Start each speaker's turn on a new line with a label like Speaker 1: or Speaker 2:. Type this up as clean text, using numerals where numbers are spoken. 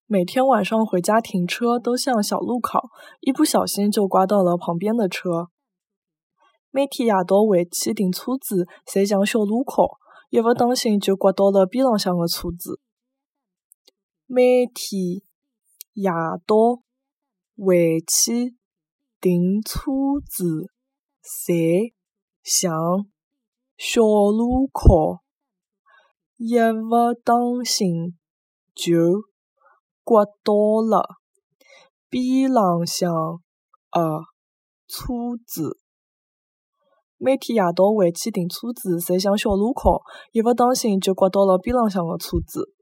Speaker 1: 每天晚上回家停车都像小路考，一不小心就刮到了旁边的车。每天夜到回去停车子，侪像小路考，一不当心就刮到了边浪向的车子。每天夜到回去停车子，侪像小路考，一不当心就刮到了边浪向的车子。每天夜到回去停车子，侪像小路考，一不当心就刮到了边浪向的车子。